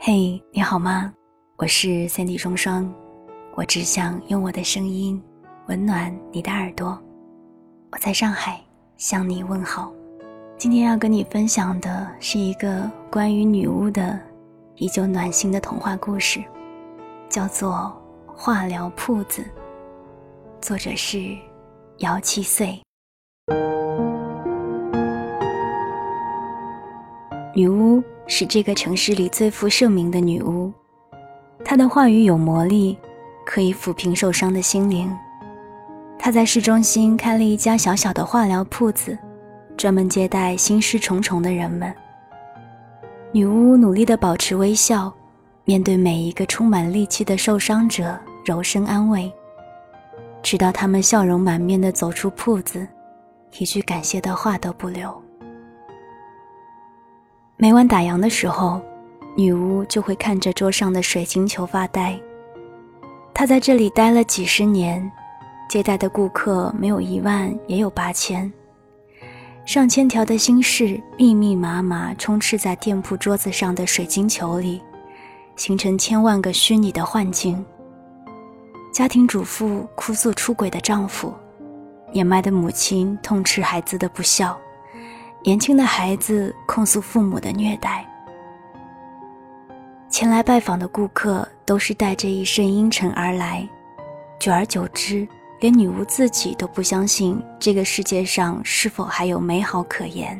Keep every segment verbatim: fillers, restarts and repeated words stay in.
嘿，你好吗？我是三 D 双双，我只想用我的声音温暖你的耳朵。我在上海向你问好。今天要跟你分享的是一个关于女巫的依旧暖心的童话故事，叫做《化疗铺子》，作者是姚七岁。女巫是这个城市里最负盛名的女巫，她的话语有魔力，可以抚平受伤的心灵。她在市中心开了一家小小的化疗铺子，专门接待心事重重的人们。女巫努力地保持微笑，面对每一个充满戾气的受伤者柔声安慰，直到他们笑容满面地走出铺子，一句感谢的话都不留。每晚打烊的时候，女巫就会看着桌上的水晶球发呆。她在这里待了几十年，接待的顾客没有一万也有八千，上千条的心事密密麻麻充斥在店铺桌子上的水晶球里，形成千万个虚拟的幻境。家庭主妇哭诉出轨的丈夫，年迈的母亲痛斥孩子的不孝，年轻的孩子控诉父母的虐待。前来拜访的顾客都是带着一身阴沉而来，久而久之，连女巫自己都不相信这个世界上是否还有美好可言。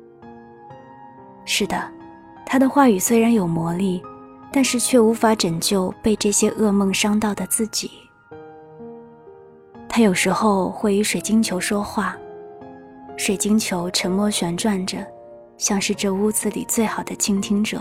是的，她的话语虽然有魔力，但是却无法拯救被这些噩梦伤到的自己。她有时候会与水晶球说话，水晶球沉默旋转着，像是这屋子里最好的倾听者。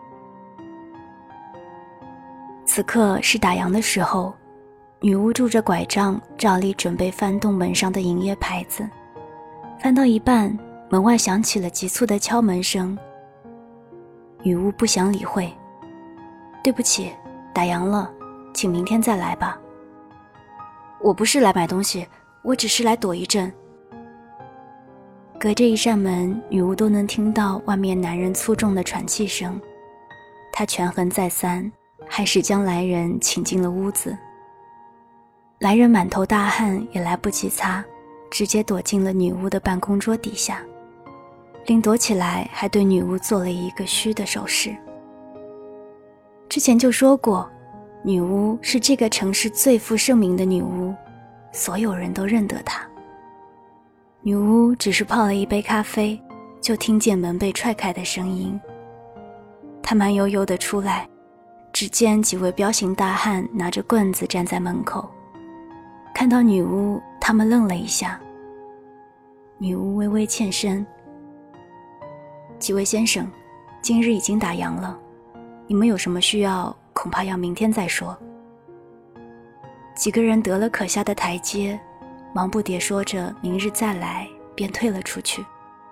此刻是打烊的时候，女巫拄着拐杖，照例准备翻动门上的营业牌子。翻到一半，门外响起了急促的敲门声。女巫不想理会，对不起，打烊了，请明天再来吧。我不是来买东西，我只是来躲一阵。隔着一扇门，女巫都能听到外面男人粗重的喘气声。她权衡再三，还是将来人请进了屋子。来人满头大汗，也来不及擦，直接躲进了女巫的办公桌底下。临躲起来，还对女巫做了一个虚的手势。之前就说过，女巫是这个城市最负盛名的女巫，所有人都认得她。女巫只是泡了一杯咖啡，就听见门被踹开的声音。她慢悠悠地出来，只见几位彪形大汉拿着棍子站在门口。看到女巫，他们愣了一下。女巫微微欠身：几位先生，今日已经打烊了，你们有什么需要，恐怕要明天再说。几个人得了可下的台阶，忙不迭说着明日再来，便退了出去。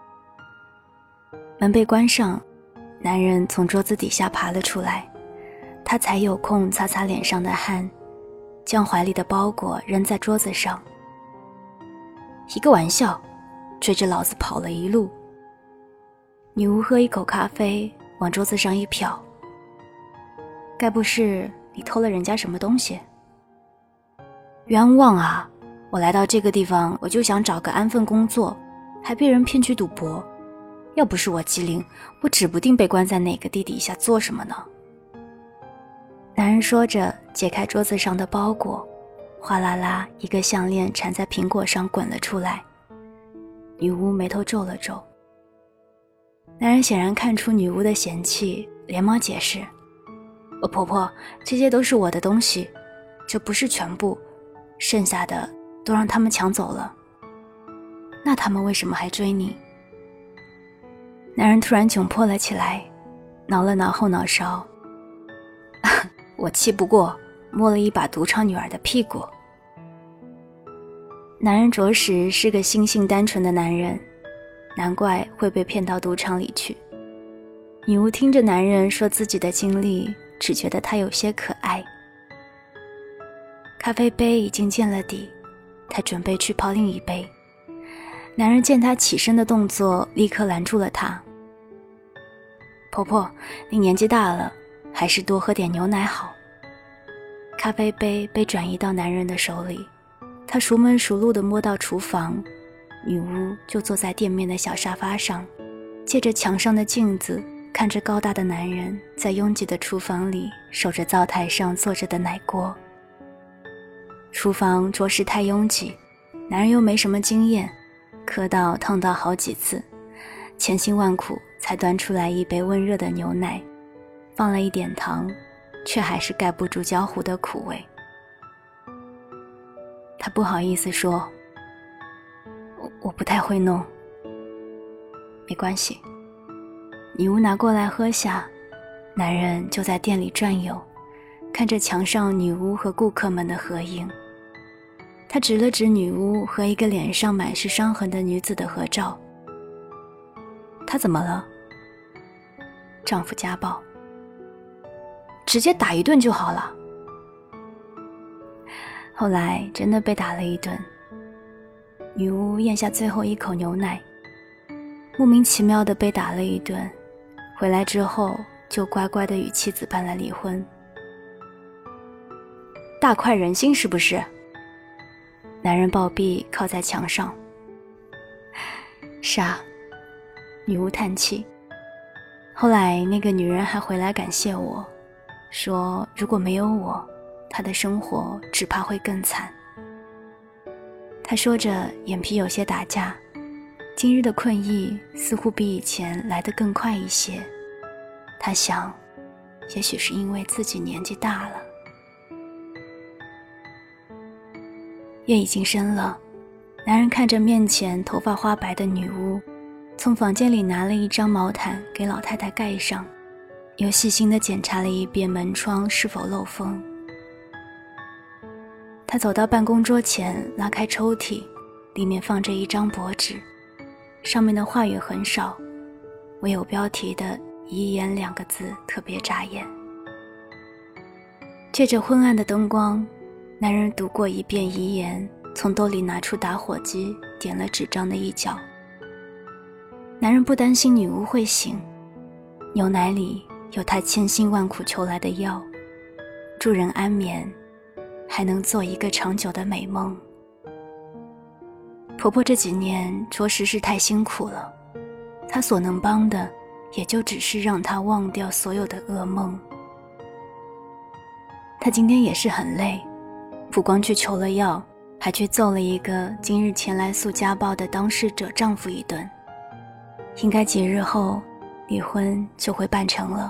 门被关上，男人从桌子底下爬了出来，他才有空擦擦脸上的汗，将怀里的包裹扔在桌子上。一个玩笑，追着老子跑了一路。女巫喝一口咖啡，往桌子上一瞟：该不是你偷了人家什么东西？冤枉啊，我来到这个地方，我就想找个安分工作，还被人骗去赌博。要不是我机灵，我指不定被关在哪个地底下做什么呢。男人说着，解开桌子上的包裹，哗啦啦，一个项链缠在苹果上滚了出来。女巫眉头皱了皱。男人显然看出女巫的嫌弃，连忙解释：我婆婆，这些都是我的东西，这不是全部，剩下的都让他们抢走了。那他们为什么还追你？男人突然窘迫了起来，挠了挠后脑勺。我气不过，摸了一把赌场女儿的屁股。男人着实是个心性单纯的男人，难怪会被骗到赌场里去。女巫听着男人说自己的经历，只觉得他有些可爱。咖啡杯已经见了底，他准备去泡另一杯。男人见他起身的动作，立刻拦住了他。婆婆，你年纪大了， 还是多喝点牛奶好。咖啡杯被转移到男人的手里，他熟门熟路地摸到厨房，女巫就坐在店面的小沙发上，借着墙上的镜子看着高大的男人在拥挤的厨房里守着灶台上坐着的奶锅。厨房着实太拥挤，男人又没什么经验，磕到烫到好几次，千辛万苦才端出来一杯温热的牛奶，放了一点糖，却还是盖不住焦糊的苦味。他不好意思说，我我不太会弄。没关系。女巫拿过来喝下，男人就在店里转悠，看着墙上女巫和顾客们的合影。他指了指女巫和一个脸上满是伤痕的女子的合照。她怎么了？丈夫家暴。直接打一顿就好了。后来真的被打了一顿。女巫咽下最后一口牛奶，莫名其妙地被打了一顿，回来之后就乖乖地与妻子办了离婚。大快人心是不是？男人暴毙靠在墙上。是啊，女巫叹气。后来那个女人还回来感谢我，说如果没有我，她的生活只怕会更惨。她说着眼皮有些打架，今日的困意似乎比以前来得更快一些。她想，也许是因为自己年纪大了。夜已经深了，男人看着面前头发花白的女巫，从房间里拿了一张毛毯给老太太盖上，又细心地检查了一遍门窗是否漏风。他走到办公桌前，拉开抽屉，里面放着一张薄纸，上面的话语很少，唯有标题的遗言两个字特别扎眼。借着昏暗的灯光，男人读过一遍遗言，从兜里拿出打火机，点了纸张的一角。男人不担心女巫会醒，牛奶里有他千辛万苦求来的药，助人安眠，还能做一个长久的美梦。婆婆这几年着实是太辛苦了，她所能帮的也就只是让她忘掉所有的噩梦。她今天也是很累，不光去求了药，还去揍了一个今日前来诉家暴的当事者丈夫一顿。应该几日后离婚就会办成了。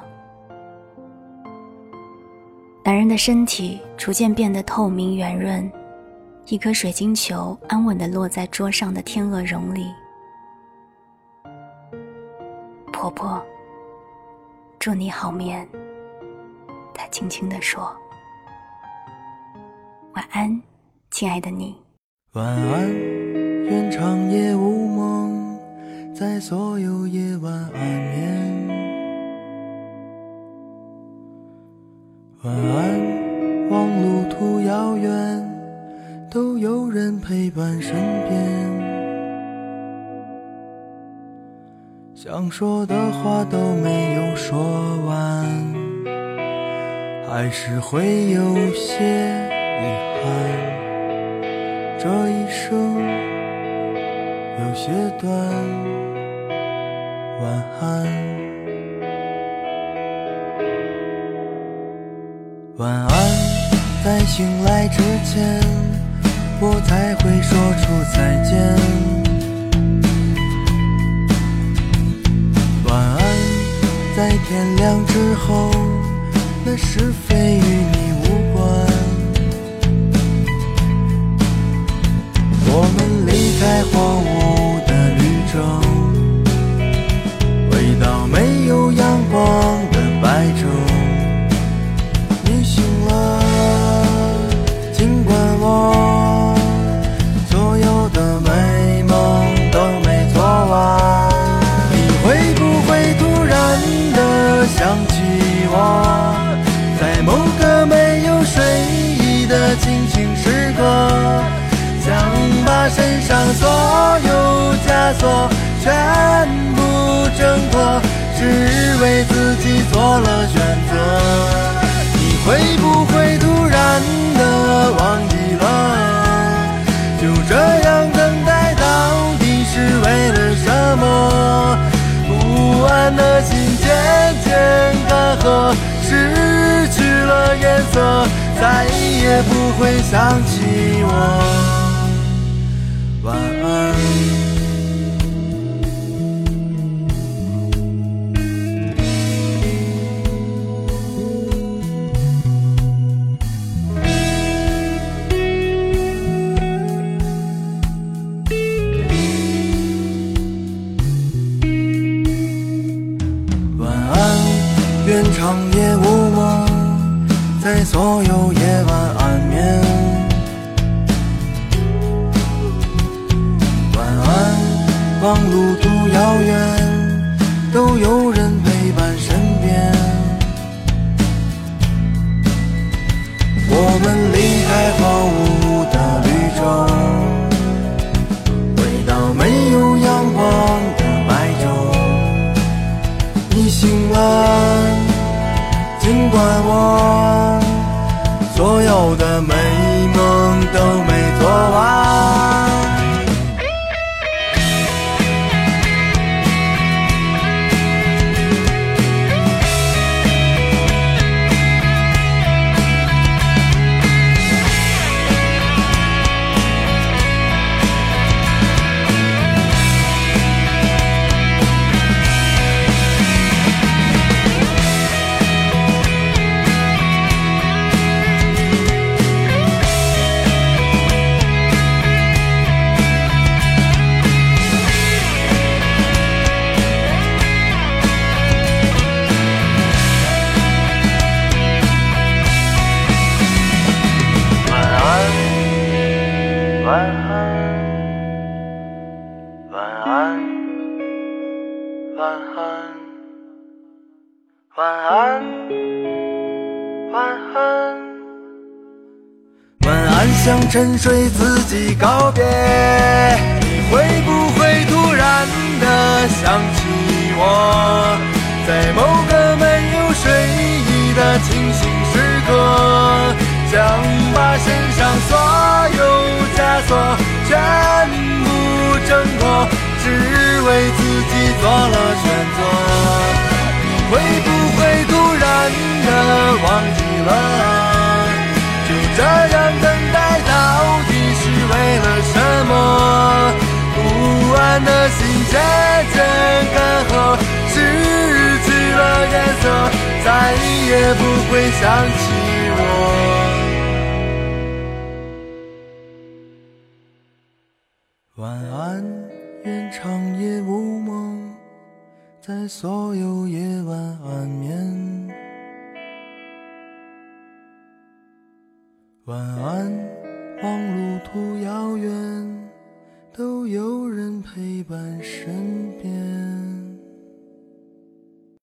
男人的身体逐渐变得透明圆润，一颗水晶球安稳地落在桌上的天鹅绒里。婆婆，祝你好眠，她轻轻地说。晚安，亲爱的你。 晚安，愿长夜无梦，在所有夜晚安眠。晚安，望路途遥远，都有人陪伴身边。想说的话都没有说完，还是会有些遗憾。这一生有些短，晚安。晚安，在醒来之前，我才会说出再见。晚安，在天亮之后，那是非与你无关。我们离开荒芜的旅程，回到没有阳光的白昼。你醒了，尽管我所有的美梦都没做完。你会不会突然地想起我，在某个没有睡意的清醒时刻，想把身上所有枷锁全部挣脱，只为自己做了选择。你会不会突然的忘记了，就这样等待到底是为了什么？不安的心渐渐干涸，失去了颜色，再也不会想起我。晚安。愿长夜无梦，在所有夜晚安眠。晚安，望路途遥远，都有人陪伴身边。我们离开荒芜的绿洲，回到没有阳光的白昼。你醒了，尽管我所有的美梦都没做完。晚安，晚安，晚安，晚安，晚安，晚安，向沉睡自己告别。你会不会突然的想起我，在某个没有睡意的清醒时刻，想把身上所有枷锁全部挣脱，只为自己做了选择。你会不会突然的忘记了，就这样等待到底是为了什么？不安的心渐渐干涸，失去了颜色，再也不会想起我。晚安，愿长夜无梦，在所有夜晚安眠。晚安，望路途遥远，都有人陪伴身